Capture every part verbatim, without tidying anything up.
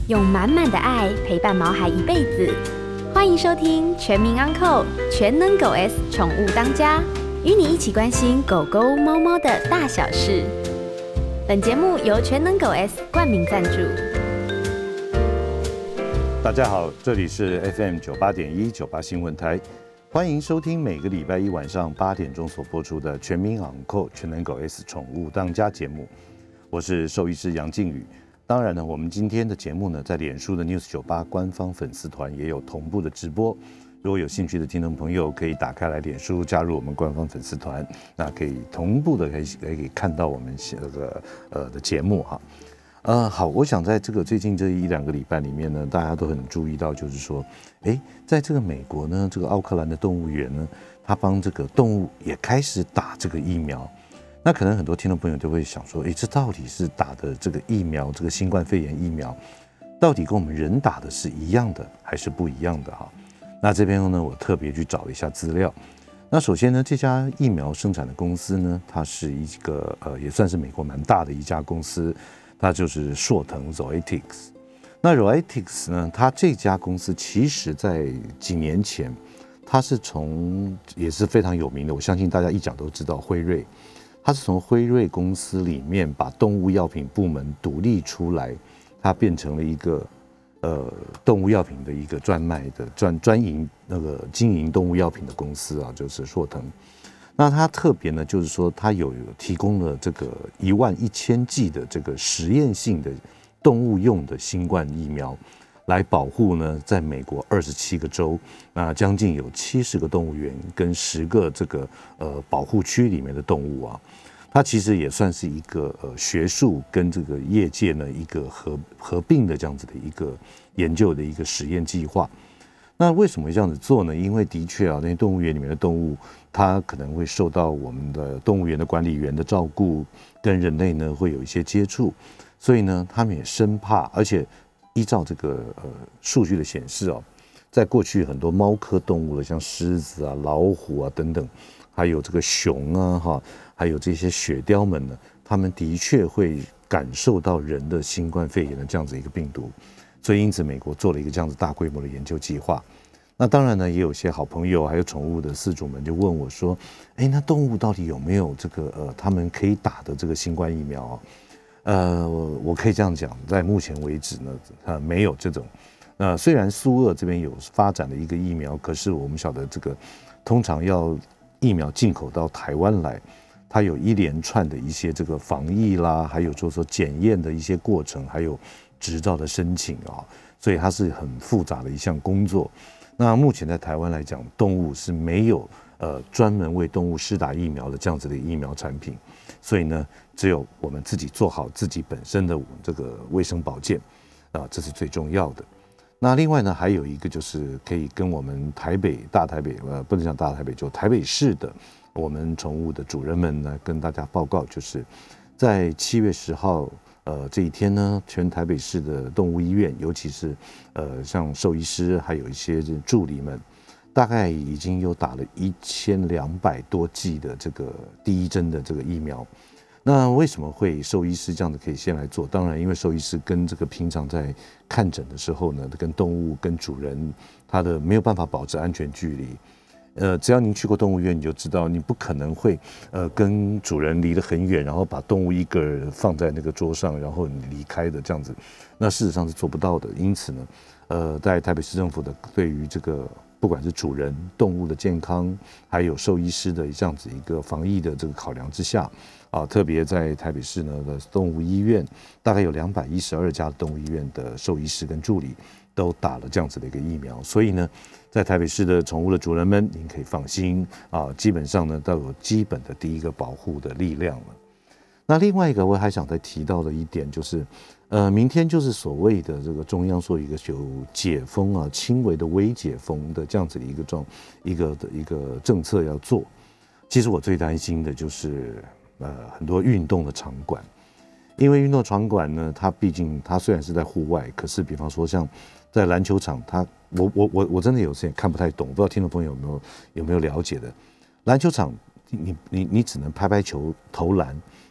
用满满的爱陪伴毛孩一辈子。欢迎收听全民安扣全能狗 S 宠物当家，与你一起关心狗狗、猫猫的大小事。本节目由全能狗 S 冠名赞助。 大家好，这里是 F M 九八点一九八新闻台，欢迎收听每个礼拜一晚上八点钟所播出的全民昂扣全能狗 S 宠物当家节目。我是兽医师杨靖宇。当然呢，我们今天的节目呢，在脸书的 News 九八官方粉丝团也有同步的直播。如果有兴趣的听众朋友，可以打开来脸书加入我们官方粉丝团，那可以同步的可以可以看到我们这个呃的节目哈。呃，好，我想在这个最近这一两个礼拜里面呢，大家都很注意到，就是说，哎，在这个美国呢，这个奥克兰的动物园呢，他帮这个动物也开始打这个疫苗。那可能很多听众朋友都会想说，哎，这到底是打的这个疫苗，这个新冠肺炎疫苗，到底跟我们人打的是一样的还是不一样的哈？那这边呢，我特别去找了一下资料。那首先呢，这家疫苗生产的公司呢，它是一个呃，也算是美国蛮大的一家公司，它就是硕腾 Zoetis。那 Zoetis 呢，它这家公司其实在几年前，它是从也是非常有名的，我相信大家一讲都知道辉瑞。它是从辉瑞公司里面把动物药品部门独立出来，它变成了一个呃动物药品的一个专卖的专专营那个经营动物药品的公司啊，就是硕腾。那它特别呢，就是说它有提供了这个一万一千剂的这个实验性的动物用的新冠疫苗，来保护呢，在美国二十七个州，那将近有七十个动物园跟十个这个呃保护区里面的动物啊，它其实也算是一个呃学术跟这个业界呢一个合合并的这样子的一个研究的一个实验计划。那为什么这样子做呢？因为的确啊，那些动物园里面的动物，它可能会受到我们的动物园的管理员的照顾，跟人类呢会有一些接触，所以呢，他们也生怕，而且依照这个呃数据的显示哦，在过去很多猫科动物的，像狮子啊、老虎啊等等，还有这个熊啊哈，还有这些雪貂们呢，他们的确会感受到人的新冠肺炎的这样子一个病毒，所以因此美国做了一个这样子大规模的研究计划。那当然呢，也有些好朋友还有宠物的饲主们就问我说，哎，那动物到底有没有这个呃他们可以打的这个新冠疫苗啊？呃，我可以这样讲，在目前为止呢，呃，没有这种。那、呃、虽然苏俄这边有发展的一个疫苗，可是我们晓得这个通常要疫苗进口到台湾来，它有一连串的一些这个防疫啦，还有就是说检验的一些过程，还有执照的申请啊，所以它是很复杂的一项工作。那目前在台湾来讲，动物是没有呃专门为动物施打疫苗的这样子的疫苗产品，所以呢，只有我们自己做好自己本身的这个卫生保健啊，这是最重要的。那另外呢，还有一个就是可以跟我们台北大台北呃不能讲大台北，就台北市的我们宠物的主人们呢，跟大家报告，就是在七月十号呃这一天呢，全台北市的动物医院，尤其是呃像兽医师还有一些助理们，大概已经有打了一千两百多剂的这个第一针的这个疫苗。那为什么会兽医师这样子可以先来做？当然，因为兽医师跟这个平常在看诊的时候呢，跟动物跟主人他的没有办法保持安全距离。呃，只要您去过动物园，你就知道，你不可能会呃跟主人离得很远，然后把动物一个人放在那个桌上，然后你离开的这样子，那事实上是做不到的。因此呢，呃，在台北市政府的对于这个不管是主人、动物的健康，还有兽医师的这样子一个防疫的这个考量之下，啊，特别在台北市呢的动物医院，大概有两百一十二家动物医院的兽医师跟助理都打了这样子的一个疫苗，所以呢，在台北市的宠物的主人们，您可以放心啊，基本上呢都有基本的第一个保护的力量了。那另外一个我还想再提到的一点就是，呃，明天就是所谓的这个中央说一个有解封啊，轻微的微解封的这样子的一个状一个的一个政策要做。其实我最担心的就是呃很多运动的场馆，因为运动场馆呢，它毕竟它虽然是在户外，可是比方说像在篮球场，它我我我我真的有时也看不太懂，不知道听众朋友有没有有没有了解的。篮球场，你你你只能拍拍球投篮，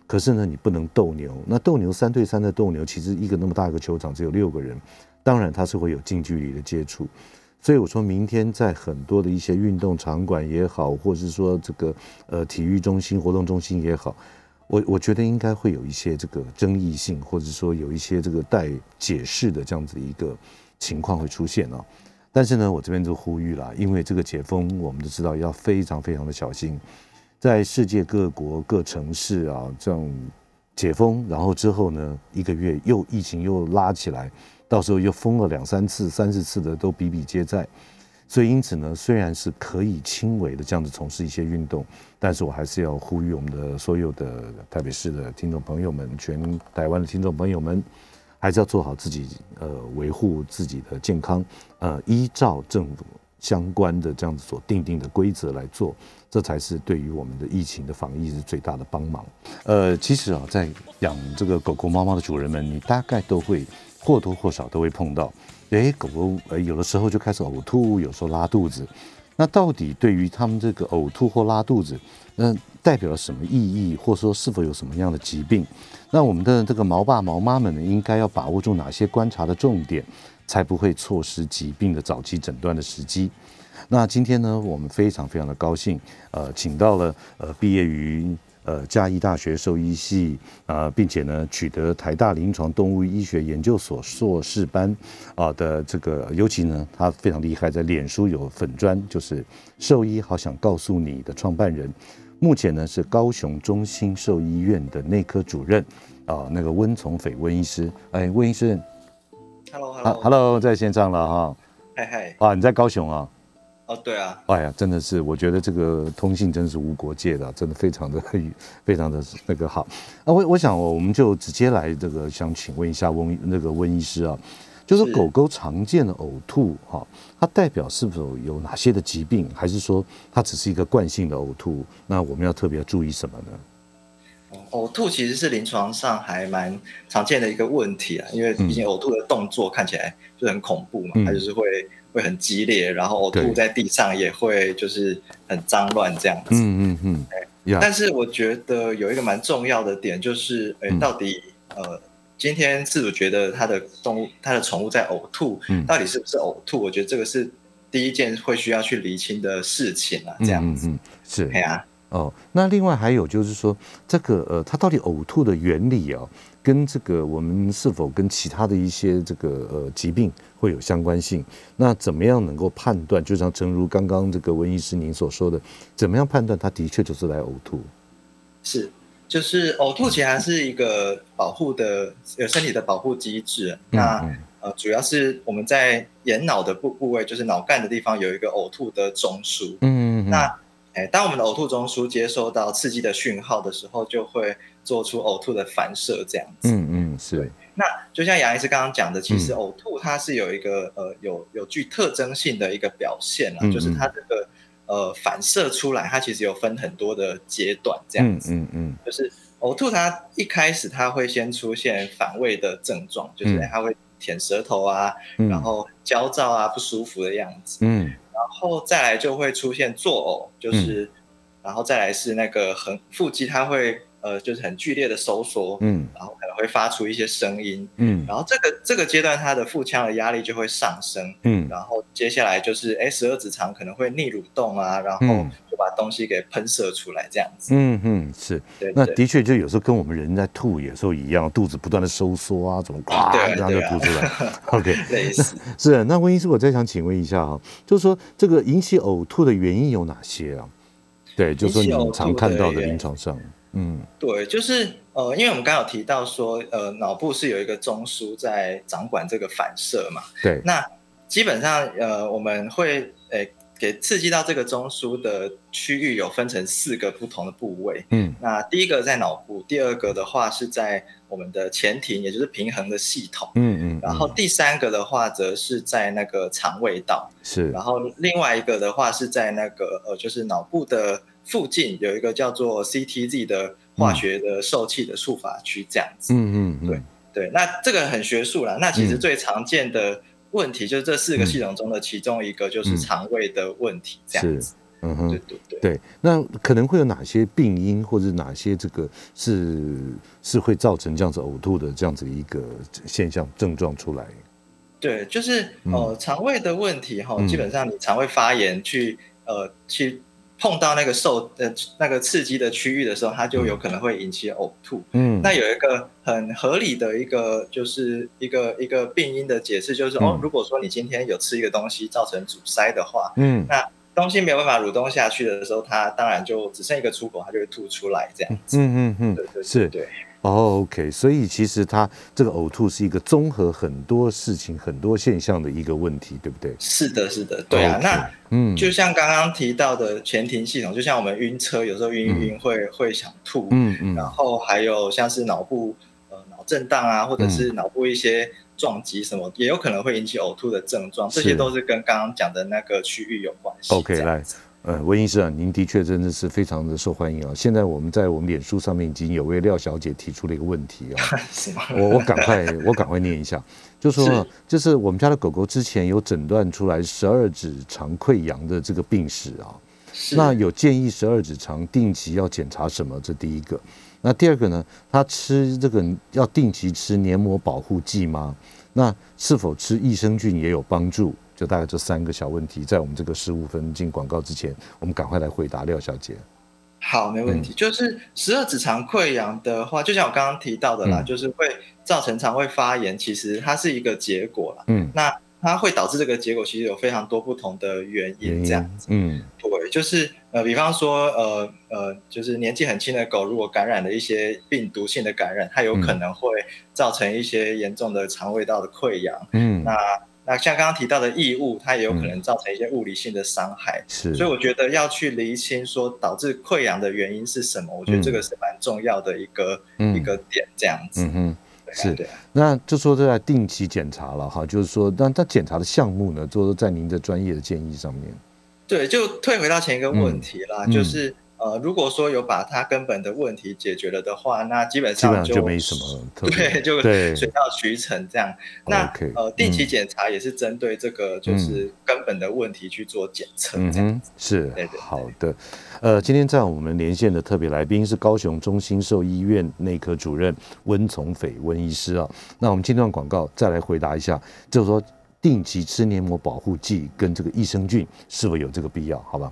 可是呢，你不能斗牛。那斗牛三对三的斗牛，其实一个那么大一个球场只有六个人，当然它是会有近距离的接触。所以我说明天在很多的一些运动场馆也好，或者是说这个呃体育中心、活动中心也好，我我觉得应该会有一些这个争议性，或者说有一些这个待解释的这样子一个情况会出现啊。但是呢，我这边就呼吁啦，因为这个解封，我们都知道要非常非常的小心。在世界各国各城市啊，这样解封，然后之后呢，一个月又疫情又拉起来，到时候又封了两三次、三四次的都比比皆在。所以因此呢，虽然是可以轻微的这样子从事一些运动，但是我还是要呼吁我们的所有的台北市的听众朋友们，全台湾的听众朋友们，还是要做好自己呃维护自己的健康，呃依照政府相关的这样子所定定的规则来做，这才是对于我们的疫情的防疫是最大的帮忙。呃，其实啊，在养这个狗狗、猫猫的主人们，你大概都会或多或少都会碰到，哎，狗狗呃有的时候就开始呕吐，有时候拉肚子。那到底对于他们这个呕吐或拉肚子，嗯、呃，代表了什么意义，或者说是否有什么样的疾病？那我们的这个毛爸毛妈们呢，应该要把握住哪些观察的重点，才不会错失疾病的早期诊断的时机？那今天呢，我们非常非常的高兴，呃，请到了呃毕业于呃嘉义大学兽医系啊、呃，并且呢取得台大临床动物医学研究所硕士班啊、呃、的这个，尤其呢他非常厉害，在脸书有粉专，就是兽医好想告诉你的创办人，目前呢是高雄中心兽医院的内科主任啊、呃，那个温从斐温医师，哎，温医师 ，Hello Hello Hello， 在线上了哈， 嗨嗨， 啊，你在高雄啊？ 哦，对啊， 哎呀，真的是，我觉得这个通信真是无国界的，真的非常的非常的那个好。啊，我我想我们就直接来这个，想请问一下温那个温医师啊，就是狗狗常见的呕吐哈，它代表是否有哪些的疾病，还是说它只是一个惯性的呕吐？那我们要特别注意什么呢？ 呕吐其实是临床上还蛮常见的一个问题啊，因为毕竟呕吐的动作看起来就很恐怖嘛，嗯、它就是会会很激烈，然后呕吐在地上也会就是很脏乱这样子。嗯嗯嗯。Yeah. 但是我觉得有一个蛮重要的点就是，哎、嗯，到底呃，今天饲主觉得他的动物、他的宠物在呕吐，嗯、到底是不是呕吐？我觉得这个是第一件会需要去厘清的事情啊，这样子。嗯, 嗯, 嗯是。 对啊。 哦，那另外还有就是说，这个呃，它到底呕吐的原理啊，跟这个我们是否跟其他的一些这个呃疾病会有相关性？那怎么样能够判断？就像正如刚刚这个温医师您所说的，怎么样判断它的确就是来呕吐？ 是，就是呕吐其实还是一个保护的有身体的保护机制。嗯、那呃，主要是我们在眼脑的部部位，就是脑干的地方有一个呕吐的中枢。嗯嗯嗯。那当我们的呕吐中枢接收到刺激的讯号的时候，就会做出呕吐的反射，这样子。嗯嗯，是。那就像杨医师刚刚讲的，其实呕吐它是有一个呃有有具特征性的一个表现啦，嗯嗯就是它这个呃反射出来，它其实有分很多的阶段，这样子。嗯 嗯, 嗯就是呕吐它一开始它会先出现反胃的症状，就是它会舔舌头啊，嗯、然后焦躁啊，不舒服的样子。嗯。然后再来就会出现作呕，就是，嗯、然后再来是那个横腹肌，它会呃就是很剧烈的收缩，嗯，然后可能会发出一些声音，嗯，然后这个这个阶段它的腹腔的压力就会上升，嗯，然后接下来就是哎十二指肠可能会逆蠕动啊，然后就把东西给喷射出来这样子， 嗯嗯是，对那的确就有时候跟我们人在吐有时候一样，肚子不断的收缩啊，怎么咵这样就吐出来 ，OK， 类似是。那温医师，我再想请问一下哈，就是说这个引起呕吐的原因有哪些啊？对，就是说你常看到的临床上，嗯， 对，就是呃，因为我们刚刚有提到说，呃，脑部是有一个中枢在掌管这个反射嘛， 对， 那基本上呃，我们会呃给刺激到这个中枢的区域有分成四个不同的部位，嗯，那第一个在脑部，第二个的话是在我们的前庭，也就是平衡的系统，嗯 嗯, 嗯，然后第三个的话则是在那个肠胃道， 是， 然后另外一个的话是在那个呃，就是脑部的附近有一个叫做 C T Z 的化学的受气的触发区这样子，嗯嗯, 嗯，对对，那这个很学术啦，那其实最常见的问题就是这四个系统中的其中一个就是肠胃的问题这样子。 嗯哼， 对对对。 对，那可能会有哪些病因，或者哪些这个是是会造成这样子呕吐的这样子一个现象症状出来？ 对，就是呃，肠胃的问题哈， 嗯基本上你肠胃发炎去呃去碰到那个受呃那个刺激的区域的时候，它就有可能会引起呕吐。嗯，那有一个很合理的一个就是一个一个病因的解释，就是哦，如果说你今天有吃一个东西造成阻塞的话，嗯，那东西没有办法蠕动下去的时候，它当然就只剩一个出口，它就会吐出来这样子。嗯嗯嗯，对对是， 对。 哦 ，OK， 所以其实它这个呕吐是一个综合很多事情、很多现象的一个问题，对不对？ 是的，是的，对啊。Okay, 那嗯，就像刚刚提到的前庭系统，就像我们晕车，有时候晕一晕会、嗯、会想吐，嗯嗯，然后还有像是脑部呃脑震荡啊，或者是脑部一些撞击什么，也有可能会引起呕吐的症状，这些都是跟刚刚讲的那个区域有关系。 OK， 来。呃，温医师啊，您的确真的是非常的受欢迎啊！现在我们在我们脸书上面已经有位廖小姐提出了一个问题啊，我我赶快我赶快念一下，就说呢，就是我们家的狗狗之前有诊断出来十二指肠溃疡的这个病史啊，那有建议十二指肠定期要检查什么？这第一个。那第二个呢，它吃这个要定期吃黏膜保护剂吗？那是否吃益生菌也有帮助？就大概这三个小问题，在我们这个十五分进广告之前，我们赶快来回答廖小姐。 好，没问题。嗯、就是十二指肠溃疡的话，就像我刚刚提到的啦，嗯、就是会造成肠胃发炎，其实它是一个结果啦。嗯，那它会导致这个结果，其实有非常多不同的原因，这样子。嗯，对，就是呃，比方说呃呃，就是年纪很轻的狗，如果感染了一些病毒性的感染，它有可能会造成一些严重的肠胃道的溃疡。嗯，那那像刚刚提到的异物，它也有可能造成一些物理性的伤害，是、嗯，所以我觉得要去厘清说导致溃疡的原因是什么，我觉得这个是蛮重要的一个、嗯、一个点，这样子。嗯哼， 是，对、啊。那就说这在定期检查了哈，就是说，那它检查的项目呢，就是在您的专业的建议上面。 对，就退回到前一个问题啦，嗯、就是。呃，如果说有把它根本的问题解决了的话，那基本上 就, 基本上就没什么特别，对，就水到渠成这样。那、okay, 呃，定期检查也是针对这个就是根本的问题去做检测，这样子。 嗯、是，对对对，好的。呃，今天在我们连线的特别来宾是高雄中心兽医院内科主任温从斐温医师啊。那我们进段广告再来回答一下，就是说定期吃黏膜保护剂跟这个益生菌是否有这个必要？好吧。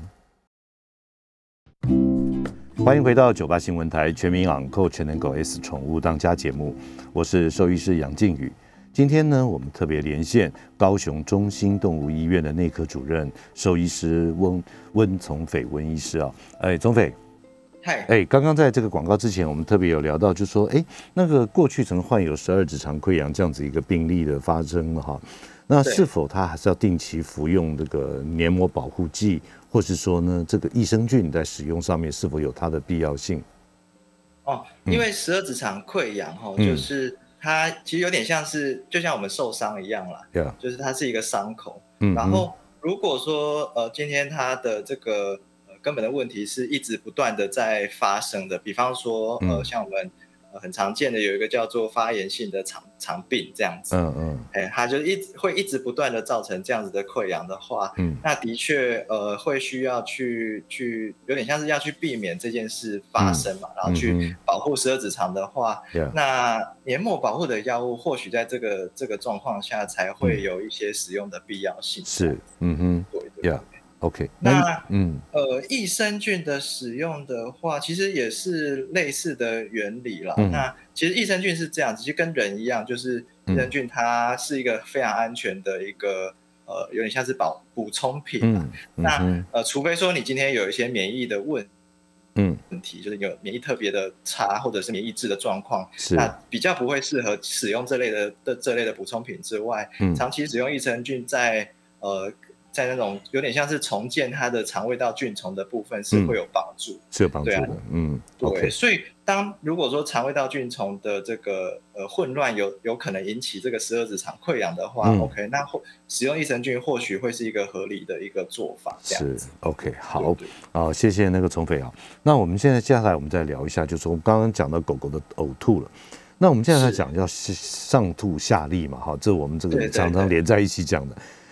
欢迎回到九八新闻台全民昂扣全能狗 S 宠物当家节目，我是兽医师杨靖宇。今天呢，我们特别连线高雄中心动物医院的内科主任兽医师温温从斐温医师啊。哎，从斐， 嗨， 哎，刚刚在这个广告之前，我们特别有聊到，就是说，哎，那个过去曾患有十二指肠溃疡这样子一个病例的发生了哈。那是否他还是要定期服用这个黏膜保护剂，或是说呢，这个益生菌在使用上面是否有它的必要性？ 哦，因为十二指肠溃疡哈，嗯、就是它其实有点像是，就像我们受伤一样啦，嗯、就是它是一个伤口。嗯，然后如果说呃今天它的这个呃根本的问题是一直不断的在发生的，比方说呃像我们。很常见的有一个叫做发炎性的肠肠病这样子，嗯嗯，哎，它就一直会一直不断的造成这样子的溃疡的话，嗯，那的确呃会需要去去有点像是要去避免这件事发生嘛，嗯、然后去保护十二指肠的话，嗯、那黏膜保护的药物或许在这个这个状况下才会有一些使用的必要性。 是，嗯哼， 对对。Yeah. OK， 那嗯呃益生菌的使用的话，其实也是类似的原理啦。嗯、那其实益生菌是这样，其实跟人一样，就是益生菌它是一个非常安全的一个呃有点像是保补充品啦。嗯、那呃除非说你今天有一些免疫的问嗯问题，就是有免疫特别的差，或者是免疫质的状况，那比较不会适合使用这类的的这类的补充品之外，嗯、长期使用益生菌在呃。在那种有点像是重建它的肠胃道菌丛的部分是会有帮助， 嗯、是有帮助的，啊、嗯， 对， okay. 所以当如果说肠胃道菌丛的这个呃混乱有有可能引起这个十二指肠溃疡的话，嗯、OK， 那使用益生菌或许会是一个合理的一个做法，这样子。 是 OK， 好，好，谢谢那个从斐啊。那我们现在接下来我们再聊一下，就是我们刚刚讲到狗狗的呕吐了。那我们现在在讲要上吐下痢嘛，哈，这我们这个常常连在一起讲的。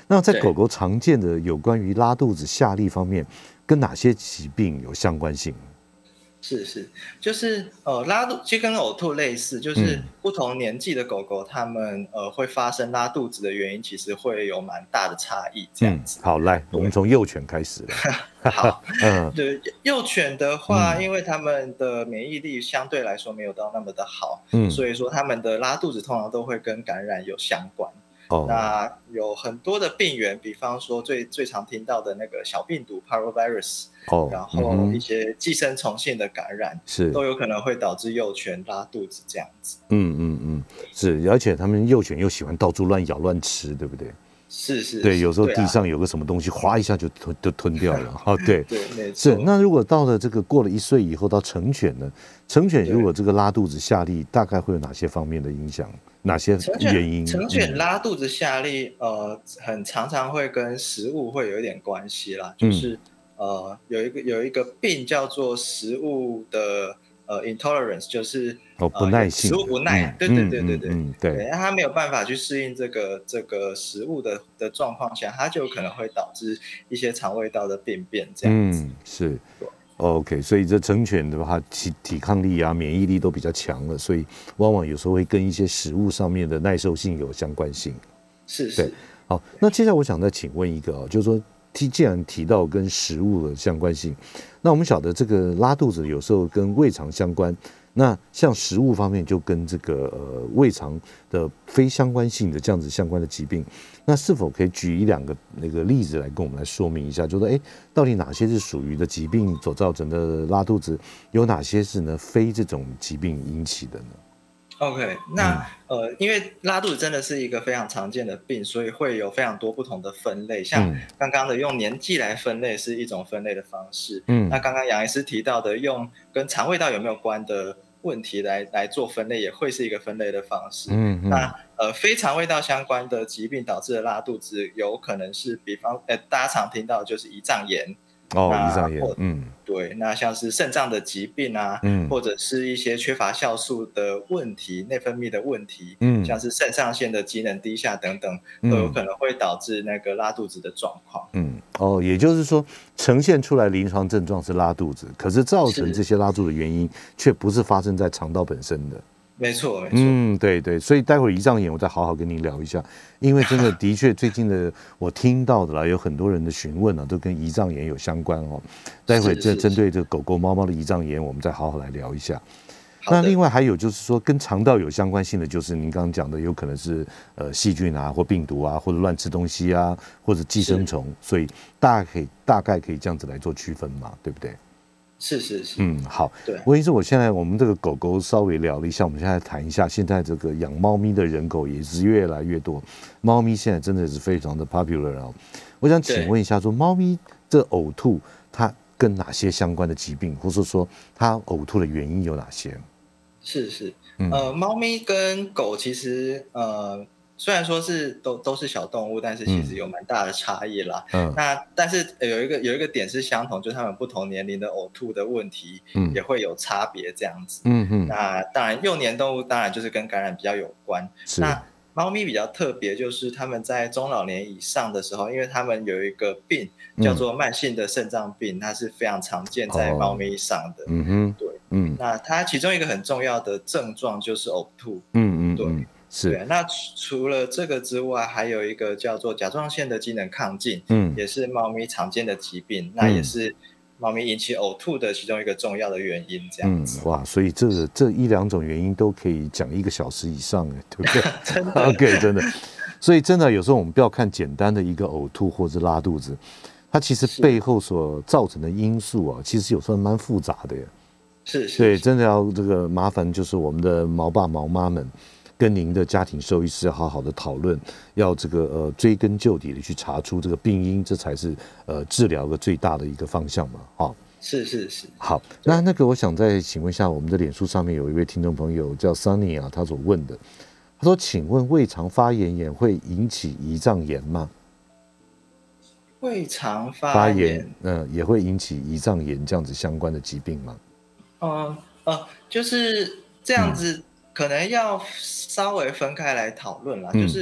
那在狗狗常见的有关于拉肚子、下痢方面，跟哪些疾病有相关性？ 是是，就是呃拉肚，其实跟呕吐类似，就是不同年纪的狗狗，它们呃会发生拉肚子的原因，其实会有蛮大的差异。这样子。 嗯、好，来，我们从幼犬开始。 好，嗯，对，幼犬的话，嗯、因为它们的免疫力相对来说没有到那么的好，嗯，所以说它们的拉肚子通常都会跟感染有相关。Oh. 那有很多的病原，比方说最最常听到的那个小病毒 parvovirus，oh. 然后一些寄生虫性的感染，是、嗯、都有可能会导致幼犬拉肚子这样子。 嗯嗯嗯，是，而且他们幼犬又喜欢到处乱咬乱吃，对不对？ 是是， 对，有时候地上有个什么东西，哗、啊、一下就吞就吞掉了。哦，对对，没错。 是，那如果到了这个过了一岁以后到成犬呢？成犬如果这个拉肚子下痢，大概会有哪些方面的影响？哪些原因？ 成犬拉肚子下痢，呃，很常常会跟食物会有一点关系啦，就是、嗯、呃有一个有一个病叫做食物的。呃 ，intolerance 就是哦不耐性， 食物不耐，嗯、对对对对对， 嗯嗯、对， 对，他没有办法去适应这个这个食物的的状况下，它就可能会导致一些肠胃道的病变这样子。 嗯，是 ，OK， 所以这成犬的话，体抵抗力啊、免疫力都比较强了，所以往往有时候会跟一些食物上面的耐受性有相关性。 是是， 对，好，那接下来我想再请问一个哦，就是说。既然提到跟食物的相关性，那我们晓得这个拉肚子有时候跟胃肠相关，那像食物方面就跟这个呃胃肠的非相关性的这样子相关的疾病，那是否可以举一两个那个例子来跟我们来说明一下，就是说哎，到底哪些是属于的疾病所造成的拉肚子，有哪些是呢非这种疾病引起的呢 ？OK， 那、嗯、呃，因为拉肚子真的是一个非常常见的病，所以会有非常多不同的分类。像刚刚的用年纪来分类是一种分类的方式。嗯，那刚刚杨医师提到的用跟肠胃道有没有关的问题来来做分类，也会是一个分类的方式。嗯嗯。那呃，非肠胃道相关的疾病导致的拉肚子，有可能是比方呃大家常听到的就是胰脏炎。 哦，胰脏炎，嗯， 对，那像是肾脏的疾病啊，嗯，或者是一些缺乏酵素的问题、内分泌的问题，嗯，像是肾上腺的机能低下等等，嗯、都有可能会导致那个拉肚子的状况。 嗯，哦，也就是说，呈现出来临床症状是拉肚子，可是造成这些拉肚子的原因却不是发生在肠道本身的。 没错，没错。 嗯，对对，所以待会儿胰脏炎我再好好跟您聊一下，因为真的的确最近的我听到的啦，有很多人的询问啊，都跟胰脏炎有相关哦。待会儿这针对这个狗狗、猫猫的胰脏炎，我们再好好来聊一下。那另外还有就是说，跟肠道有相关性的，就是您刚刚讲的，有可能是呃细菌啊，或病毒啊，或者乱吃东西啊，或者寄生虫，所以大概可以大概可以这样子来做区分嘛，对不对？ 是是是， 嗯，好， 对， 我跟你说，我现在我们这个狗狗稍微聊了一下，我们现在谈一下，现在这个养猫咪的人口也是越来越多，猫咪现在真的是非常的 popular 哦。我想请问一下说，说猫咪这呕吐它跟哪些相关的疾病，或者说它呕吐的原因有哪些？ 是是，呃，猫咪跟狗其实呃。虽然说是都都是小动物，但是其实有蛮大的差异啦。嗯，那但是有一个有一个点是相同，就是它们不同年龄的呕吐的问题，也会有差别这样子。嗯嗯。那当然，幼年动物当然就是跟感染比较有关。是。那猫咪比较特别，就是它们在中老年以上的时候，因为它们有一个病叫做慢性的肾脏病，它是非常常见在猫咪上的。嗯哼。对。嗯。那它其中一个很重要的症状就是呕吐。嗯嗯。对。 是对，那除了这个之外，还有一个叫做甲状腺的机能亢进，嗯，也是猫咪常见的疾病，嗯、那也是猫咪引起呕吐的其中一个重要的原因，这样子。 嗯、哇，所以这这一两种原因都可以讲一个小时以上，哎，对不对？ 真的 ，OK， 真的。所以真的有时候我们不要看简单的一个呕吐或者拉肚子，它其实背后所造成的因素啊，其实有时候蛮复杂的耶。 是是。 对，真的要这个麻烦就是我们的毛爸毛妈们。跟您的家庭兽医师要好好的讨论，要这个呃追根究底的去查出这个病因，这才是呃治疗的最大的一个方向嘛，哈、哦。 是是是。 好，那那个我想再请问一下，我们的脸书上面有一位听众朋友叫 Sunny 啊，他所问的，他说：“请问胃肠发炎也会引起胰脏炎吗？” 胃肠发炎， 嗯、呃，也会引起胰脏炎这样子相关的疾病吗？ 嗯呃，就是这样子。嗯可能要稍微分开来讨论啦，嗯、就是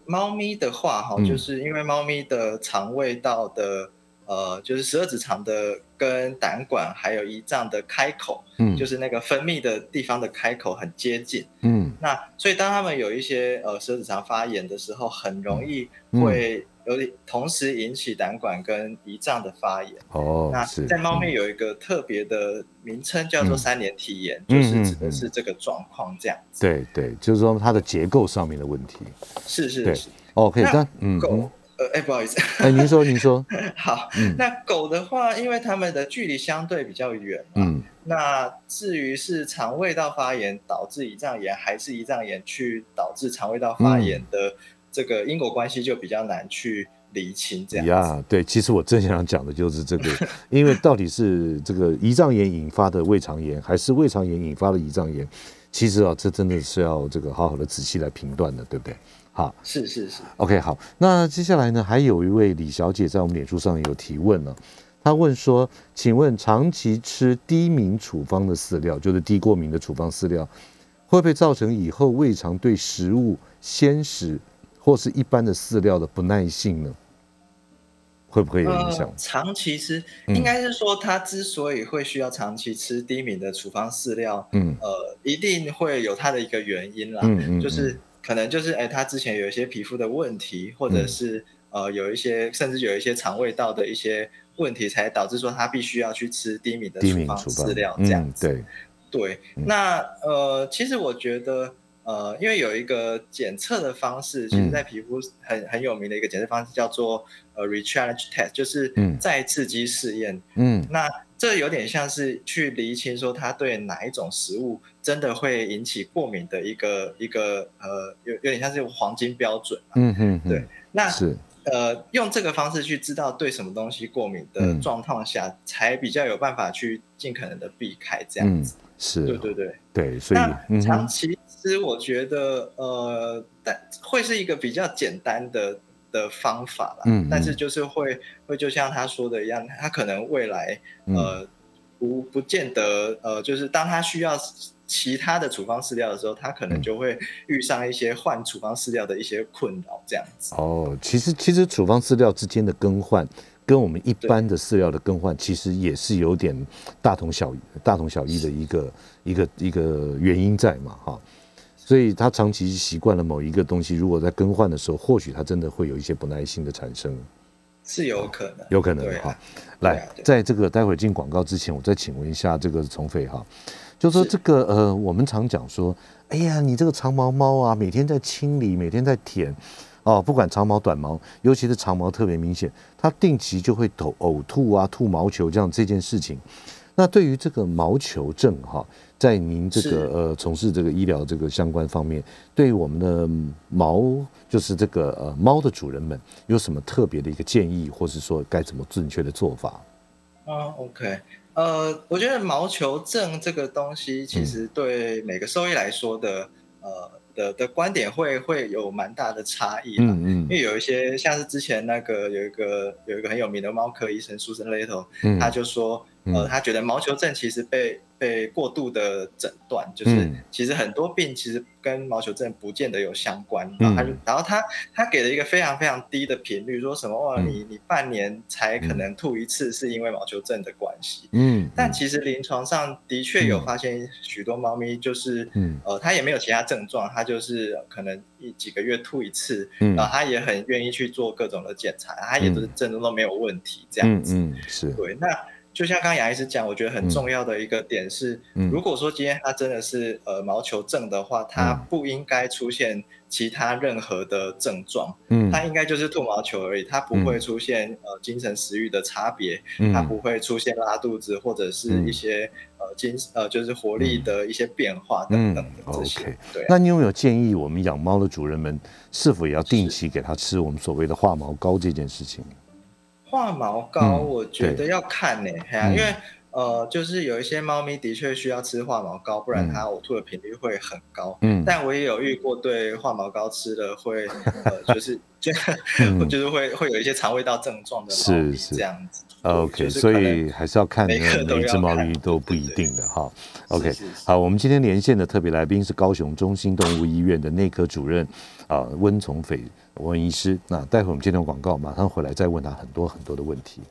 猫咪的话哈，就是因为猫咪的肠胃道的呃，就是十二指肠的跟胆管还有胰脏的开口，嗯，就是那个分泌的地方的开口很接近，嗯，那所以当他们有一些呃十二指肠发炎的时候，很容易会有同时引起胆管跟胰脏的发炎。哦，那在猫咪有一个特别的名称叫做三联体炎，嗯、就是指的是这个状况这样子。 对对，就是说它的结构上面的问题。 是是是。 OK， 那嗯。 狗呃，哎，不好意思， 哎，您说，您说， 好，嗯，那狗的话，因为它们的距离相对比较远嘛，嗯，那至于是肠胃道发炎导致胰脏炎，还是胰脏炎去导致肠胃道发炎的这个因果关系，就比较难去厘清这样子。 呀，对，其实我正想讲的就是这个，因为到底是这个胰脏炎引发的胃肠炎，还是胃肠炎引发的胰脏炎，其实啊，这真的是要这个好好的仔细来评断的，对不对？好， 是是是 ，OK， 好，那接下来呢，还有一位李小姐在我们脸书上有提问了，她问说，请问长期吃低敏处方的饲料，就是低过敏的处方饲料，会不会造成以后胃肠对食物、鲜食或是一般的饲料的不耐性呢？会不会有影响？ 呃、长期吃，应该是说它之所以会需要长期吃低敏的处方饲料，嗯，呃，一定会有它的一个原因啦，嗯嗯嗯，就是可能就是哎，他之前有一些皮肤的问题，或者是、嗯、呃有一些甚至有一些肠胃道的一些问题，才导致说他必须要去吃低敏的处方饲料这样子。 嗯、 对对，嗯、那呃其实我觉得。呃，因为有一个检测的方式，其实在皮肤很很有名的一个检测方式叫做呃 re-challenge test， 就是再刺激试验。嗯，那这有点像是去厘清说它对哪一种食物真的会引起过敏的一个一个呃有有点像是黄金标准。嗯嗯，对，那是呃用这个方式去知道对什么东西过敏的状况下，嗯、才比较有办法去尽可能的避开这样子。 嗯是， 对对对对，所以那长期吃，我觉得呃，但会是一个比较简单的的方法啦。嗯，但是就是会会就像他说的一样，他可能未来呃、嗯、不不见得呃，就是当他需要其他的处方饲料的时候，他可能就会遇上一些换处方饲料的一些困扰这样子。 哦，其实其实处方饲料之间的更换。跟我们一般的饲料的更换，其实也是有点大同小异、大同小异的一个一个一个原因在嘛，哈。所以他长期习惯了某一个东西，如果在更换的时候，或许他真的会有一些不耐性的产生， 是有可能， 有可能哈、啊。来，啊、在这个待会进广告之前，我再请问一下这个丛斐哈，就说这个呃，我们常讲说，哎呀，你这个长毛猫啊，每天在清理，每天在舔。哦，不管长毛短毛，尤其是长毛特别明显，它定期就会吐呕吐啊、吐毛球这样这件事情。那对于这个毛球症哈，在您这个呃从事这个医疗这个相关方面，对于我们的毛就是这个呃猫的主人们，有什么特别的一个建议，或是说该怎么正确的做法？ 啊 ，OK， 呃，我觉得毛球症这个东西，其实对每个兽医来说的，呃。的, 的观点会会有蛮大的差异啦，嗯嗯，因为有一些像是之前那个有一个有一个很有名的猫科医生 Susan Leto，嗯、他就说，呃，他觉得毛球症其实被被过度的诊断，就是其实很多病其实跟毛球症不见得有相关，然后他就然后他他给了一个非常非常低的频率，说什么哇你你半年才可能吐一次是因为毛球症的关系，嗯，但其实临床上的确有发现许多猫咪就是，嗯、呃，它也没有其他症状，它就是可能一几个月吐一次，嗯、然后它也很愿意去做各种的检查，它也都是症状都没有问题这样子， 嗯嗯，是对那。就像刚刚杨医师讲，我觉得很重要的一个点是，嗯、如果说今天它真的是呃毛球症的话，它不应该出现其他任何的症状，嗯，它应该就是吐毛球而已，它不会出现、嗯、呃精神食欲的差别，嗯、它不会出现拉肚子或者是一些、嗯、呃精呃就是活力的一些变化等等的这些。嗯、 okay. 对、啊，那你有没有建议我们养猫的主人们是否也要定期给它吃我们所谓的化毛膏这件事情？ 化毛膏，我觉得要看呢、欸，嗯、因为呃，就是有一些猫咪的确需要吃化毛膏，不然它呕吐的频率会很高。 嗯， 但我也有遇过对化毛膏吃了会呃，就是就、嗯、就是会会有一些肠胃道症状的猫咪这样子。 OK， 就是所以还是要看每一只猫咪都不一定的哈。OK， 是是是好，我们今天连线的特别来宾是高雄中心动物医院的内科主任啊温从斐温医师。那待会我们接段广告，马上回来再问他很多很多的问题。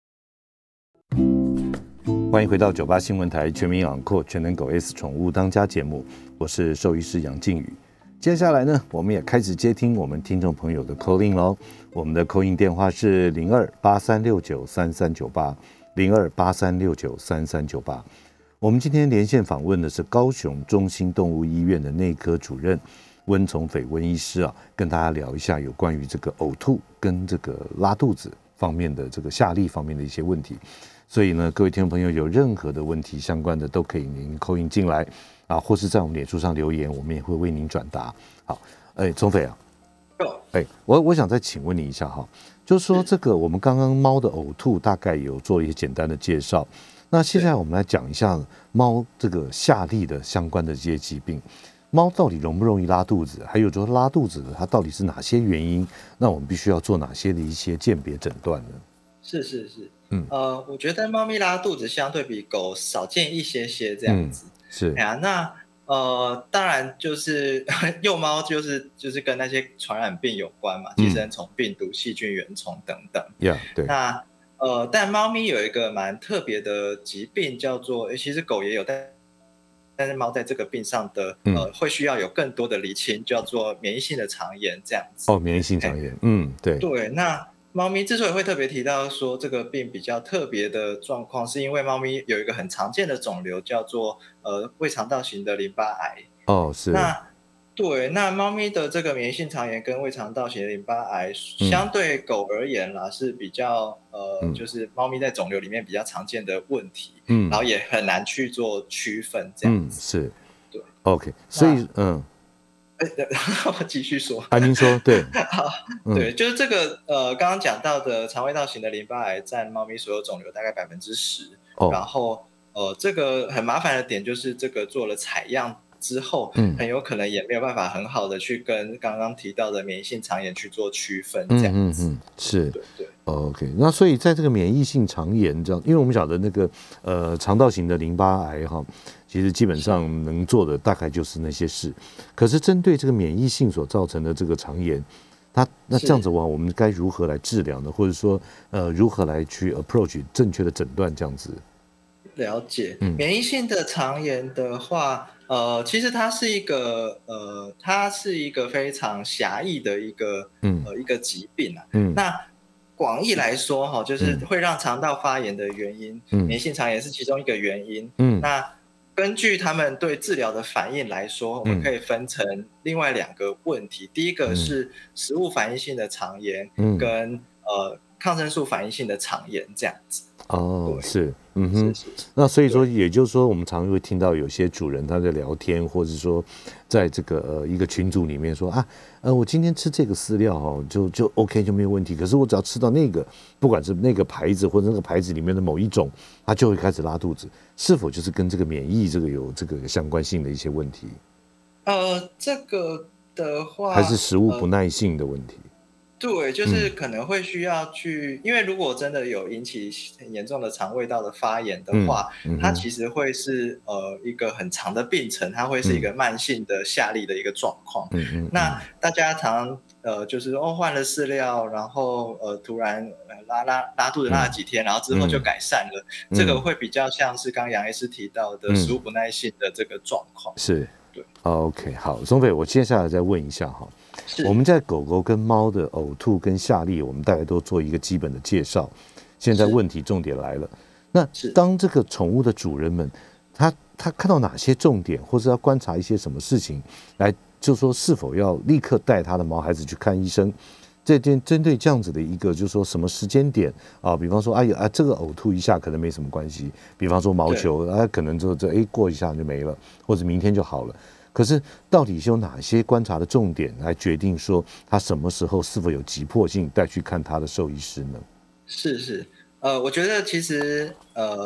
欢迎回到九八新闻台全民养狗全能狗 S 宠物当家节目，我是兽医师杨靖宇。接下来呢，我们也开始接听我们听众朋友的 call in 咯。我们的 call in 电话是零二八三六九三三九八零二八三六九三三九八。我们今天连线访问的是高雄中心动物医院的内科主任温从斐温医师啊，跟大家聊一下有关于这个呕吐跟这个拉肚子方面的这个下痢方面的一些问题。所以呢，各位听众朋友有任何的问题相关的都可以您 call in 进来啊，或是在我们脸书上留言，我们也会为您转达。好，哎，从斐啊，哎，我我想再请问你一下哈，就是说这个我们刚刚猫的呕吐大概有做了一些简单的介绍，那现在我们来讲一下猫这个下痢的相关的这些疾病。猫到底容不容易拉肚子？还有就是拉肚子的它到底是哪些原因？那我们必须要做哪些的一些鉴别诊断呢？ 是是是， 嗯， 呃，我觉得猫咪拉肚子相对比狗少见一些些这样子。 嗯、是， 哎呀，那呃，当然就是幼猫就是就是跟那些传染病有关嘛，寄生虫、病毒、细菌、原虫等等。 Yeah, 对。 那呃，但猫咪有一个蛮特别的疾病，叫做，其实狗也有，但但是猫在这个病上的、嗯、呃，会需要有更多的厘清，叫做免疫性的肠炎这样子。 哦，免疫性肠炎，嗯，对。 对，那猫咪之所以会特别提到说这个病比较特别的状况，是因为猫咪有一个很常见的肿瘤，叫做呃胃肠道型的淋巴癌。 哦，是。 那对，那猫咪的这个免疫性肠炎跟胃肠道型的淋巴癌，嗯、相对狗而言啦是比较呃、嗯，就是猫咪在肿瘤里面比较常见的问题，嗯，然后也很难去做区分这样子。 嗯，是。 对 ，OK， 所以嗯。 我继续说。 啊，您说对。 对，就是这个呃，刚刚讲到的肠胃道型的淋巴癌占猫咪所有肿瘤大概百分之十，然后呃，这个很麻烦的点就是这个做了采样之后，嗯，很有可能也没有办法很好的去跟刚刚提到的免疫性肠炎去做区分，这样子。嗯嗯嗯， 是。 对对。 OK， 那所以在这个免疫性肠炎这样，因为我们晓得那个呃肠道型的淋巴癌哈，其实基本上能做的大概就是那些事。可是针对这个免疫性所造成的这个肠炎，它那这样子的话，我们该如何来治疗呢？或者说呃如何来去 approach 正确的诊断这样子？ 了解，嗯、免疫性的肠炎的话，呃，其实它是一个呃，它是一个非常狭义的一个、嗯、呃一个疾病啊。嗯，那广义来说哈，就是会让肠道发炎的原因，嗯、免疫性肠炎是其中一个原因。嗯，那根据他们对治疗的反应来说，我们可以分成另外两个问题，嗯、第一个是食物反应性的肠炎，嗯、跟呃抗生素反应性的肠炎这样子。 哦，是，嗯哼，那所以说，也就是说，我们常常会听到有些主人他在聊天，或者说，在这个呃一个群组里面说啊，呃，我今天吃这个饲料哦，就就 OK 就没有问题。可是我只要吃到那个，不管是那个牌子或者那个牌子里面的某一种，它就会开始拉肚子，是否就是跟这个免疫这个有这个相关性的一些问题？ 呃，这个的话， 还是食物不耐性的问题？呃对，就是可能会需要去，嗯、因为如果真的有引起很严重的肠胃道的发炎的话，嗯嗯、它其实会是呃一个很长的病程，它会是一个慢性的下痢的一个状况。嗯嗯、那大家常呃就是哦换了饲料，然后呃突然拉拉拉肚子拉了几天，然后之后就改善了，嗯、这个会比较像是刚杨医师提到的食物不耐性的这个状况。 嗯、是， 对。 OK， 好，松斐，我接下来再问一下哈。我们在狗狗跟猫的呕吐跟下痢，我们大概都做一个基本的介绍。现在问题重点来了，那当这个宠物的主人们，他他看到哪些重点，或者要观察一些什么事情，来就说是否要立刻带他的毛孩子去看医生？这件针对这样子的一个，就是说什么时间点啊？比方说，哎呀啊，这个呕吐一下可能没什么关系，比方说毛球，啊，可能就这哎过一下就没了，或者明天就好了。可是，到底是有哪些观察的重点来决定说他什么时候是否有急迫性带去看他的兽医师呢？ 是是，呃，我觉得其实呃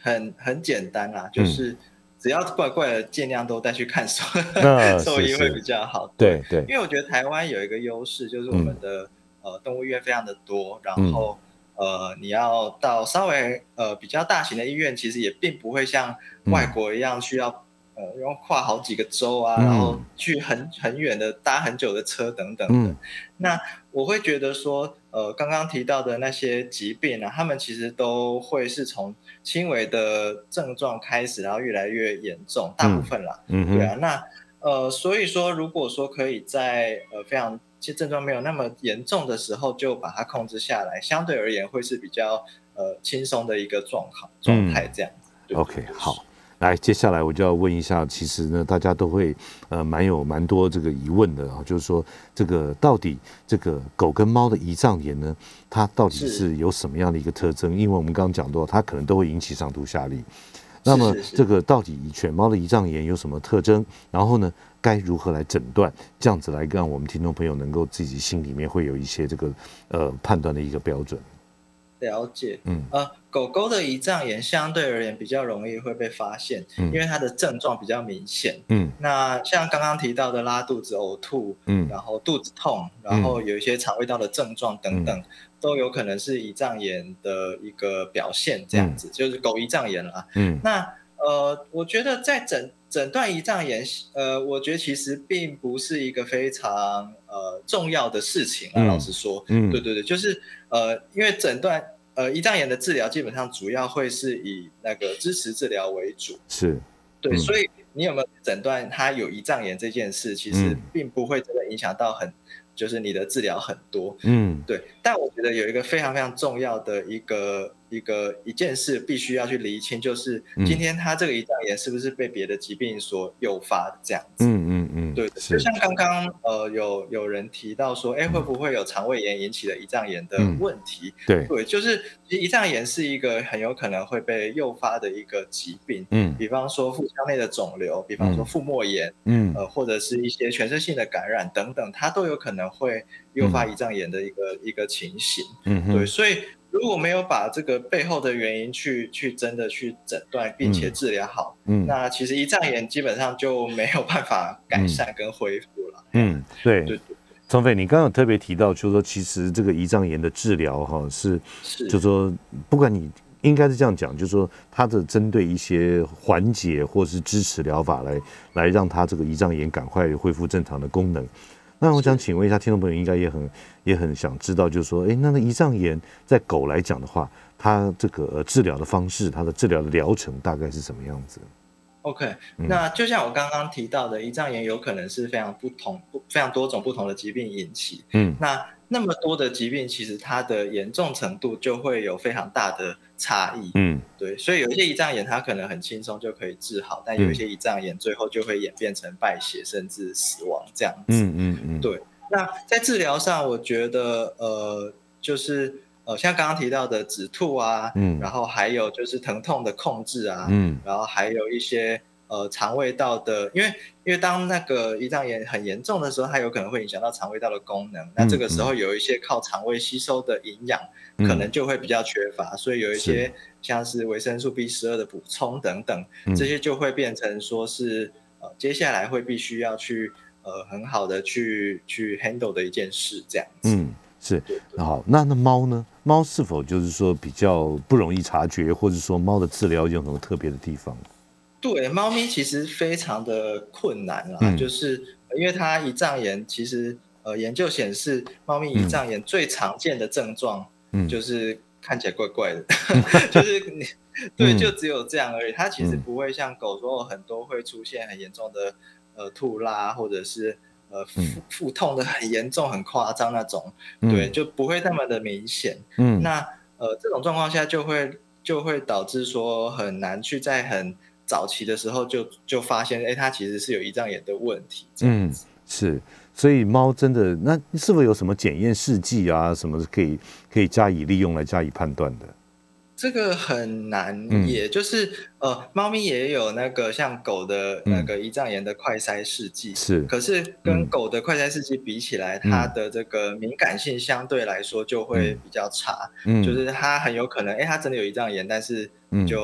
很很简单啦，就是只要怪怪的，尽量都带去看兽兽医会比较好。 对对， 因为我觉得台湾有一个优势，就是我们的、嗯、呃动物医院非常的多，然后、嗯、呃你要到稍微呃比较大型的医院，其实也并不会像外国一样需要。呃，要跨好几个州啊，嗯、然后去很很远的搭很久的车等等的。嗯、那我会觉得说，呃，刚刚提到的那些疾病啊，他们其实都会是从轻微的症状开始，然后越来越严重，大部分啦。嗯、对啊，那呃，所以说，如果说可以在呃非常其实症状没有那么严重的时候就把它控制下来，相对而言会是比较呃轻松的一个状况状态这样子。嗯、对 OK， 好。来，接下来我就要问一下，其实呢，大家都会呃蛮有蛮多这个疑问的啊，就是说这个到底这个狗跟猫的胰脏炎呢，它到底是有什么样的一个特征？因为我们刚刚讲到，它可能都会引起上吐下痢。那么这个到底犬猫的胰脏炎有什么特征？然后呢，该如何来诊断？这样子来让我们听众朋友能够自己心里面会有一些这个呃判断的一个标准。 了解，嗯，呃，狗狗的胰脏炎相对而言比较容易会被发现，嗯、因为它的症状比较明显，嗯，那像刚刚提到的拉肚子、呕吐，嗯，然后肚子痛，然后有一些肠胃道的症状等等，嗯、都有可能是胰脏炎的一个表现，这样子，嗯、就是狗胰脏炎啦，嗯，那呃，我觉得在诊诊断胰脏炎，呃，我觉得其实并不是一个非常呃重要的事情啊，嗯、老实说，嗯，对对对，就是呃，因为诊断。呃，胰脏炎的治疗基本上主要会是以那个支持治疗为主， 是， 对，嗯、所以你有没有诊断它有胰脏炎这件事，其实并不会真的影响到很，就是你的治疗很多，嗯，对。但我觉得有一个非常非常重要的一个一个一件事必须要去厘清，就是今天它这个胰脏炎是不是被别的疾病所诱发的这样子，嗯嗯嗯，对，就像刚刚呃有有人提到说，哎，会不会有肠胃炎引起的胰脏炎的问题？嗯、对对，就是其实胰脏炎是一个很有可能会被诱发的一个疾病，嗯，比方说腹腔内的肿瘤，比方说腹膜炎，嗯，呃，或者是一些全身性的感染等等，它都有可能会诱发胰脏炎的一个、嗯、一个情形，嗯，对，所以如果没有把这个背后的原因去去真的去诊断并且治疗好，嗯，那其实胰脏炎基本上就没有办法改善跟恢复了， 嗯，对对对。聪飞，你刚刚有特别提到，就是说，其实这个胰脏炎的治疗哈是，就是说，不管你应该是这样讲，就是说，它的针对一些缓解或是支持疗法来来让它这个胰脏炎赶快恢复正常的功能。那我想请问一下听众朋友，应该也很也很想知道，就是说，哎，那那胰脏炎在狗来讲的话，它这个、呃、治疗的方式，它的治疗的疗程大概是什么样子 ？OK，、嗯、那就像我刚刚提到的，胰脏炎有可能是非常不同、非常多种不同的疾病引起。嗯，那那么多的疾病，其实它的严重程度就会有非常大的差异。嗯，对，所以有一些胰脏炎它可能很轻松就可以治好，但有一些胰脏炎最后就会演变成败血甚至死亡这样子。嗯嗯嗯，对。那在治疗上，我觉得呃，就是呃，像刚刚提到的止吐啊，嗯，然后还有就是疼痛的控制啊，嗯，然后还有一些呃肠胃道的，因为因为当那个胰脏炎很严重的时候，它有可能会影响到肠胃道的功能，嗯、那这个时候有一些靠肠胃吸收的营养，嗯、可能就会比较缺乏，所以有一些像是维生素 B 十二 的补充等等，嗯、这些就会变成说是呃接下来会必须要去呃很好的去去 handle 的一件事，这样子。嗯， 是。好，那那猫呢？猫是否就是说比较不容易察觉，或者说猫的治疗有什么特别的地方？ 对，猫咪其实非常的困难啦，嗯、就是因为它胰脏炎，其实呃研究显示，猫咪胰脏炎最常见的症状就是看起来怪怪的，嗯、就是你对，就只有这样而已。它其实不会像狗说很多会出现很严重的呃吐拉，或者是呃腹腹痛的很严重、很夸张那种，对，就不会那么的明显。嗯，那呃这种状况下就会就会导致说很难去在很早期的时候就就发现，哎，它其实是有胰脏炎的问题。嗯， 是，所以猫真的，那是否有什么检验试剂啊，什么可以可以加以利用来加以判断的？ 这个很难，嗯、也就是呃，猫咪也有那个像狗的那个胰脏炎的快筛试剂，是、嗯，可是跟狗的快筛试剂比起来，嗯、它的这个敏感性相对来说就会比较差，嗯、就是它很有可能，哎，它真的有胰脏炎，但是就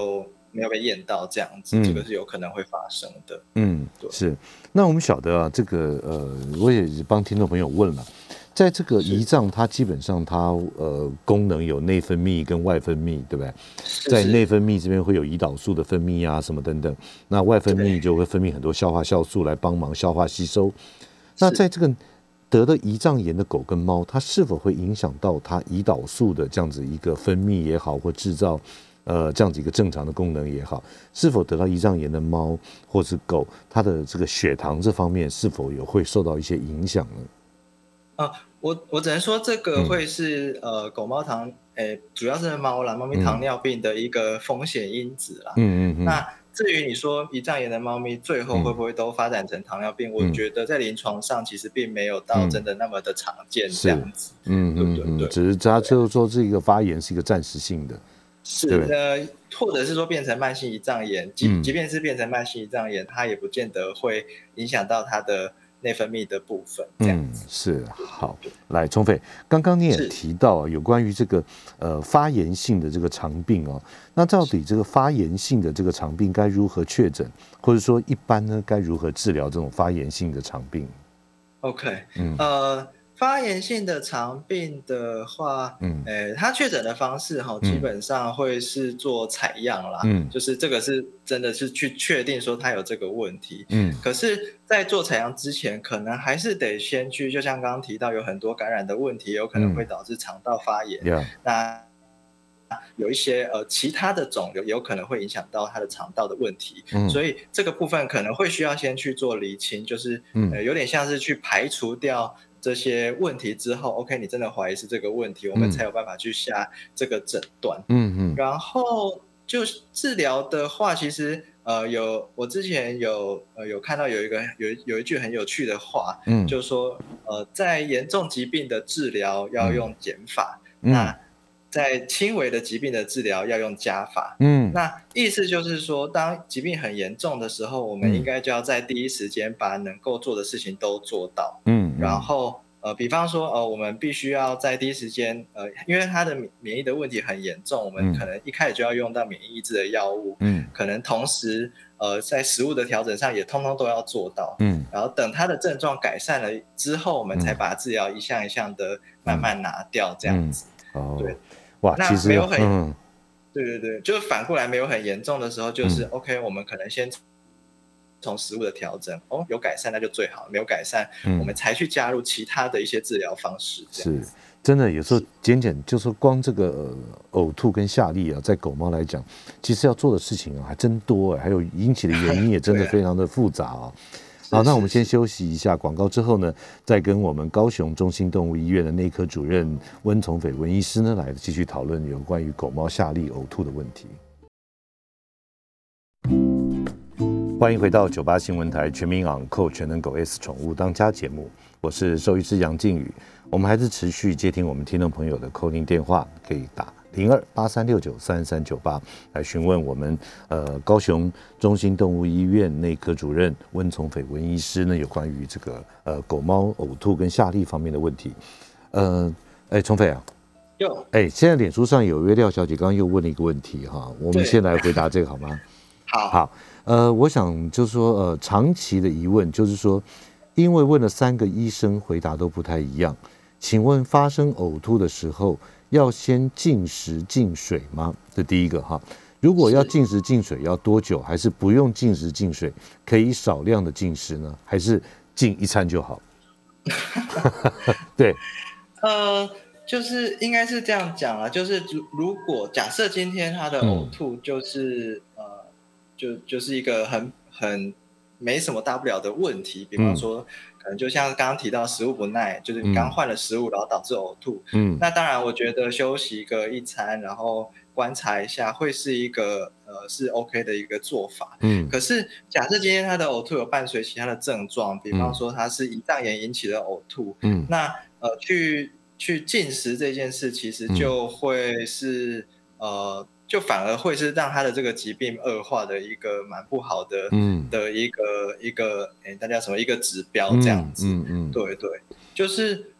没有被验到这样子，嗯、这个是有可能会发生的。 嗯，是。那我们晓得啊，这个呃，我也帮听众朋友问了，在这个胰脏，它基本上它呃功能有内分泌跟外分泌，对不对？在内分泌这边会有胰岛素的分泌啊，什么等等。那外分泌就会分泌很多消化酵素来帮忙消化吸收。那在这个得了胰脏炎的狗跟猫，它是否会影响到它胰岛素的这样子一个分泌也好，或制造呃这样子一个正常的功能也好？是否得到胰脏炎的猫或是狗，它的这个血糖这方面是否有会受到一些影响呢？ 啊，我我只能说这个会是、嗯、呃狗猫糖，诶，主要是猫啦，猫咪糖尿病的一个风险因子啦。嗯嗯嗯。那至于你说胰脏炎的猫咪最后会不会都发展成糖尿病？嗯、我觉得在临床上其实并没有到真的那么的常见这样子。 嗯嗯对对对，只是它最后说这个发炎是一个暂时性的。 是呃，或者是说变成慢性胰脏炎，即、嗯、即便是变成慢性胰脏炎，它也不见得会影响到它的内分泌的部分，这样子。 嗯，是好。来，聪斐，刚刚你也提到有关于这个呃发炎性的这个肠病哦，那到底这个发炎性的这个肠病该如何确诊，或者说一般呢该如何治疗这种发炎性的肠病 ？OK， 嗯，呃。发炎性的肠病的话，嗯，诶，它确诊的方式哈，基本上会是做采样啦，嗯，就是这个是真的是去确定说它有这个问题，嗯，可是，在做采样之前，可能还是得先去，就像刚刚提到，有很多感染的问题，有可能会导致肠道发炎，嗯、那有一些呃其他的肿瘤，有可能会影响到它的肠道的问题，嗯，所以这个部分可能会需要先去做厘清，就是呃有点像是去排除掉这些问题之后 ，OK， 你真的怀疑是这个问题，我们才有办法去下这个诊断。嗯嗯。然后就是治疗的话，其实呃有我之前有呃有看到有一个有有一句很有趣的话，嗯，就是说呃在严重疾病的治疗要用减法，嗯、那在轻微的疾病的治疗要用加法。嗯，那意思就是说，当疾病很严重的时候，我们应该就要在第一时间把能够做的事情都做到。嗯，然后呃，比方说呃，我们必须要在第一时间呃，因为他的免疫的问题很严重，我们可能一开始就要用到免疫抑制的药物。嗯，可能同时呃，在食物的调整上也通通都要做到。嗯，然后等他的症状改善了之后，我们才把治疗一项一项的慢慢拿掉，这样子。嗯、哦，对。 哇，其实没有很，嗯、对对对，就是反过来没有很严重的时候，就是、嗯、OK， 我们可能先从食物的调整，哦，有改善那就最好，没有改善，嗯、我们才去加入其他的一些治疗方式。 是，真的有时候简简就是光这个呕、呃、吐跟下痢啊，在狗猫来讲，其实要做的事情啊还真多哎，还有引起的原因也真的非常的复杂啊。好，那我们先休息一下广告之后呢，再跟我们高雄中心动物医院的内科主任温从斐温医师呢来继续讨论有关于狗猫下痢呕吐的问题。欢迎回到九八新闻台全民昂扣全能狗 S 宠物当家节目，我是兽医师杨靖宇。我们还是持续接听我们听众朋友的扣音电话，可以打零二八三六九三三九八来询问我们呃高雄中心动物医院内科主任温从斐温医师呢有关于这个呃狗猫呕吐跟下痢方面的问题。呃，哎，从斐啊， 有哎，现在脸书上有一位廖小姐刚刚又问了一个问题哈，我们先来回答这个好吗？ 好， 好，呃，我想就是说呃长期的疑问就是说，因为问了三个医生回答都不太一样，请问发生呕吐的时候要先禁食禁水吗？这第一个哈。如果要禁食禁水要多久？还是不用禁食禁水，可以少量的禁食呢？还是禁一餐就好？对， 呃，就是应该是这样讲啊，就是如果假设今天他的呕吐就是、嗯、呃，就就是一个很很没什么大不了的问题，比方说。嗯可能就像刚刚提到食物不耐，就是刚换了食物然后导致呕吐，嗯，那当然我觉得休息个一餐然后观察一下会是一个呃是 OK 的一个做法，嗯，可是假设今天他的呕吐有伴随其他的症状，比方说他是胰脏炎引起的呕吐，嗯，那呃去去禁食这件事其实就会是、嗯、呃就反而会是让他的这个疾病恶化的一个蛮不好的，嗯，的一个一个诶，大家什么一个指标这样子，嗯嗯，嗯对对，就是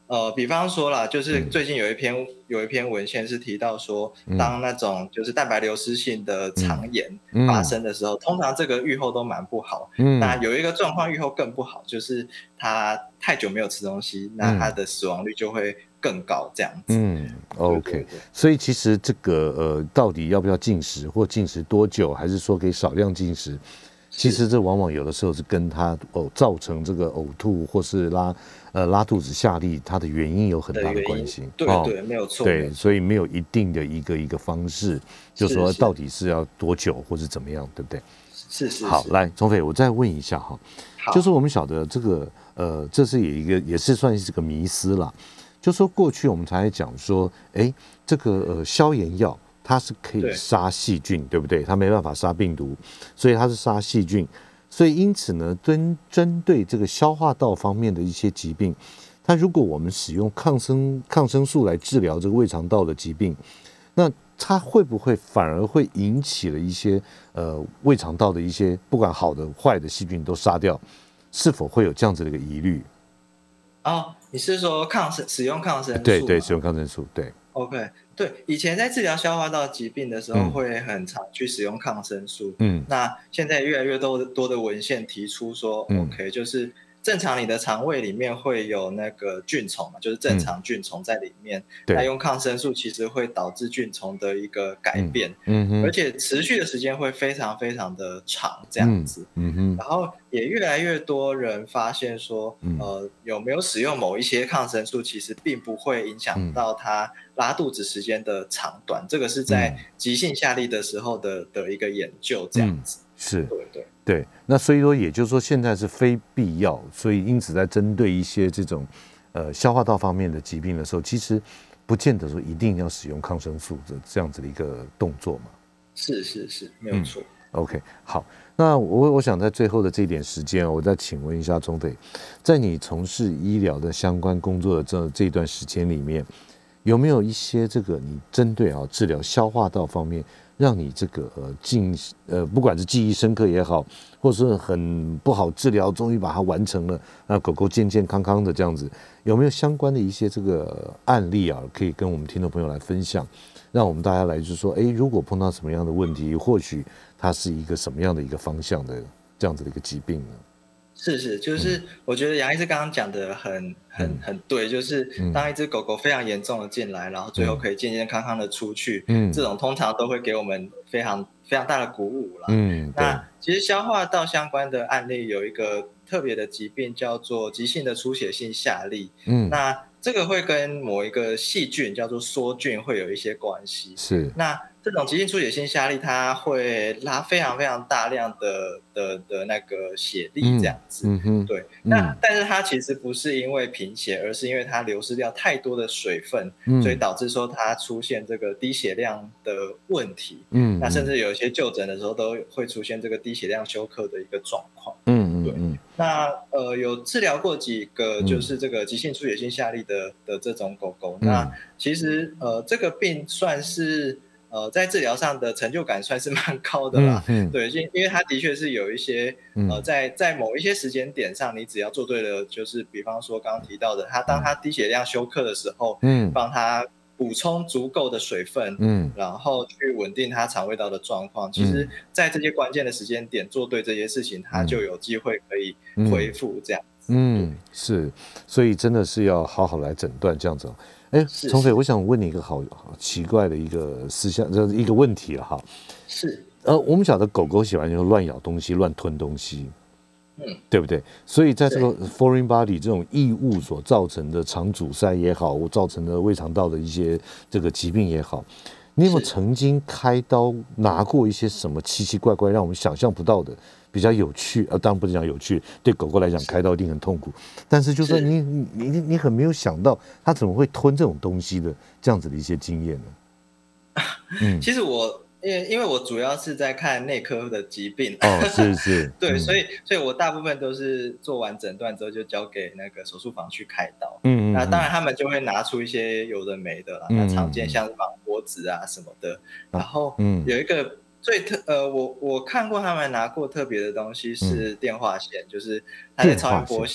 呃，比方说啦，就是最近有一篇、嗯、有一篇文献是提到说，当那种就是蛋白流失性的肠炎发生的时候，嗯、通常这个预后都蛮不好。嗯、那有一个状况预后更不好，就是他太久没有吃东西，那他的死亡率就会更高，这样子。 嗯 ，OK。所以其实这个呃，到底要不要进食，或进食多久，还是说可以少量进食？其实这往往有的时候是跟他哦造成这个呕吐或是拉呃拉肚子下痢，它的原因有很大的关系。 对对，哦、没有错。 对，所以没有一定的一个一个方式，就说到底是要多久或是怎么样，对不对？ 是 是, 是。 好，来，宗斐，我再问一下哈，就是我们晓得这个呃，这是有一个也是算是个迷思啦，就说过去我们才讲说，哎，这个呃消炎药。它是可以杀细菌， 对, 对不对？它没办法杀病毒，所以它是杀细菌。所以因此呢，针针对这个消化道方面的一些疾病，它如果我们使用抗生抗生素来治疗这个胃肠道的疾病，那它会不会反而会引起了一些呃胃肠道的一些不管好的坏的细菌都杀掉？是否会有这样子的一个疑虑？ 哦，你是说抗生使用抗生素？ 对对，使用抗生素，对。 OK， 对，以前在治疗消化道疾病的时候，会很常去使用抗生素。嗯，那现在越来越多多的文献提出说、嗯、，OK， 就是正常你的肠胃里面会有那个菌虫嘛，就是正常菌虫在里面。嗯、那用抗生素其实会导致菌虫的一个改变，嗯嗯、而且持续的时间会非常非常的长，这样子。嗯嗯、然后也越来越多人发现说，呃，有没有使用某一些抗生素，其实并不会影响到它拉肚子时间的长短。这个是在急性下痢的时候的的一个研究，这样子。 嗯、是， 对对对。那所以说，也就是说，现在是非必要，所以因此在针对一些这种呃消化道方面的疾病的时候，其实不见得说一定要使用抗生素的这样子的一个动作嘛。 是是是，没有错。 嗯OK， 好，那我我想在最后的这一点时间，我再请问一下宗斐，在你从事医疗的相关工作的这这一段时间里面，有没有一些这个你针对啊治疗消化道方面，让你这个呃进呃不管是记忆深刻也好，或是很不好治疗，终于把它完成了，那狗狗健健康康的这样子，有没有相关的一些这个案例啊，可以跟我们听众朋友来分享？让我们大家来就是说，哎，如果碰到什么样的问题，或许它是一个什么样的一个方向的这样子的一个疾病呢？ 是是，就是我觉得杨医师刚刚讲的很很很对，就是当一只狗狗非常严重的进来，然后最后可以健健康康的出去，嗯，这种通常都会给我们非常非常大的鼓舞啦。嗯，那其实消化道相关的案例有一个特别的疾病叫做急性的出血性下痢，嗯，那这个会跟某一个细菌叫做梭菌会有一些关系。 是， 那这种急性出血性下痢，它会拉非常非常大量的的的那个血粒这样子。嗯哼，对。那、嗯、但是它其实不是因为贫血，而是因为它流失掉太多的水分，嗯、所以导致说它出现这个低血量的问题。嗯，那甚至有一些就诊的时候都会出现这个低血量休克的一个状况。嗯嗯，对。那呃有治疗过几个就是这个急性出血性下痢的的这种狗狗，嗯、那其实呃这个病算是。呃，在治疗上的成就感算是蛮高的啦，嗯嗯、对，因为它的确是有一些，呃，在在某一些时间点上，你只要做对了，就是比方说刚刚提到的，它当它低血量休克的时候，嗯，帮它补充足够的水分，嗯，然后去稳定它肠胃道的状况，其实在这些关键的时间点做对这些事情，它就有机会可以恢复这样子。 嗯，是，所以真的是要好好来诊断这样子。哎，宗斐，我想问你一个好好奇怪的一个思想，就是一个问题了哈。 是， 呃，我们晓得狗狗喜欢就乱咬东西、乱吞东西，嗯，对不对？所以在这个 foreign body 这种异物所造成的肠阻塞也好，或造成的胃肠道的一些这个疾病也好，你有没有曾经开刀拿过一些什么奇奇怪怪让我们想象不到的？比较有趣，呃，当然不是讲有趣，对狗狗来讲开刀一定很痛苦，但是就是说你你你你很没有想到它怎么会吞这种东西的这样子的一些经验呢？ 嗯，其实我因为因为我主要是在看内科的疾病， 哦，是是， 对，嗯、所以所以我大部分都是做完诊断之后就交给那个手术房去开刀，嗯嗯，那当然他们就会拿出一些有的没的啦，嗯、那常见像是绑脖子啊什么的，然后有一个。最特呃，我我看过他们拿过特别的东西是电话线，嗯、就是他在超音波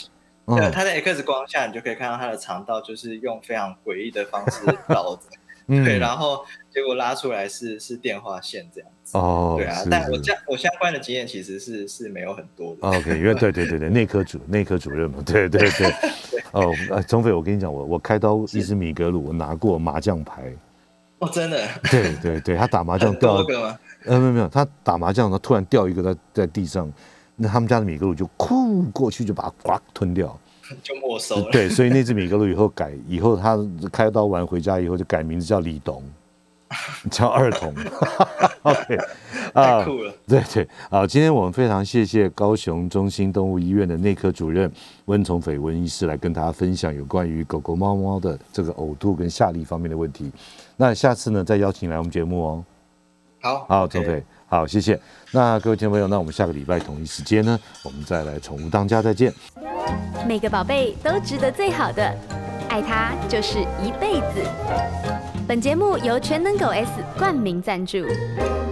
嗯对，它在 X 光下，你就可以看到它的肠道就是用非常诡异的方式绕着， 嗯对，然后结果拉出来是是电话线这样子。 哦， 对啊， 是是但我相我相关的经验其实是是没有很多的。 OK， 因为对对对对，内科主内科主任嘛，对对对。哦，呃，钟飞，我跟你讲，我我开刀医师米格鲁，我拿过麻将牌。 哦，真的？ 对对对，他打麻将很掉多个吗？ 呃，没有没有，他打麻将他突然掉一个在在地上，那他们家的米格鲁就哭过去就把它呱吞掉， 就没收了。 对，所以那只米格鲁以后改以后他开刀完回家以后就改名字叫李董。叫二童，OK， 啊， 太酷了。 对对，好，今天我们非常谢谢高雄中心动物医院的内科主任温崇斐温医师来跟大家分享有关于狗狗、猫猫的这个嘔吐跟下痢方面的问题。那下次呢，再邀请来我们节目哦。 好， 好，崇斐，好，谢谢。那各位听众朋友，那我们下个礼拜同一时间呢，我们再来宠物当家再见。 每个宝贝都值得最好的，爱它就是一辈子。本节目由全能狗 S 冠名赞助。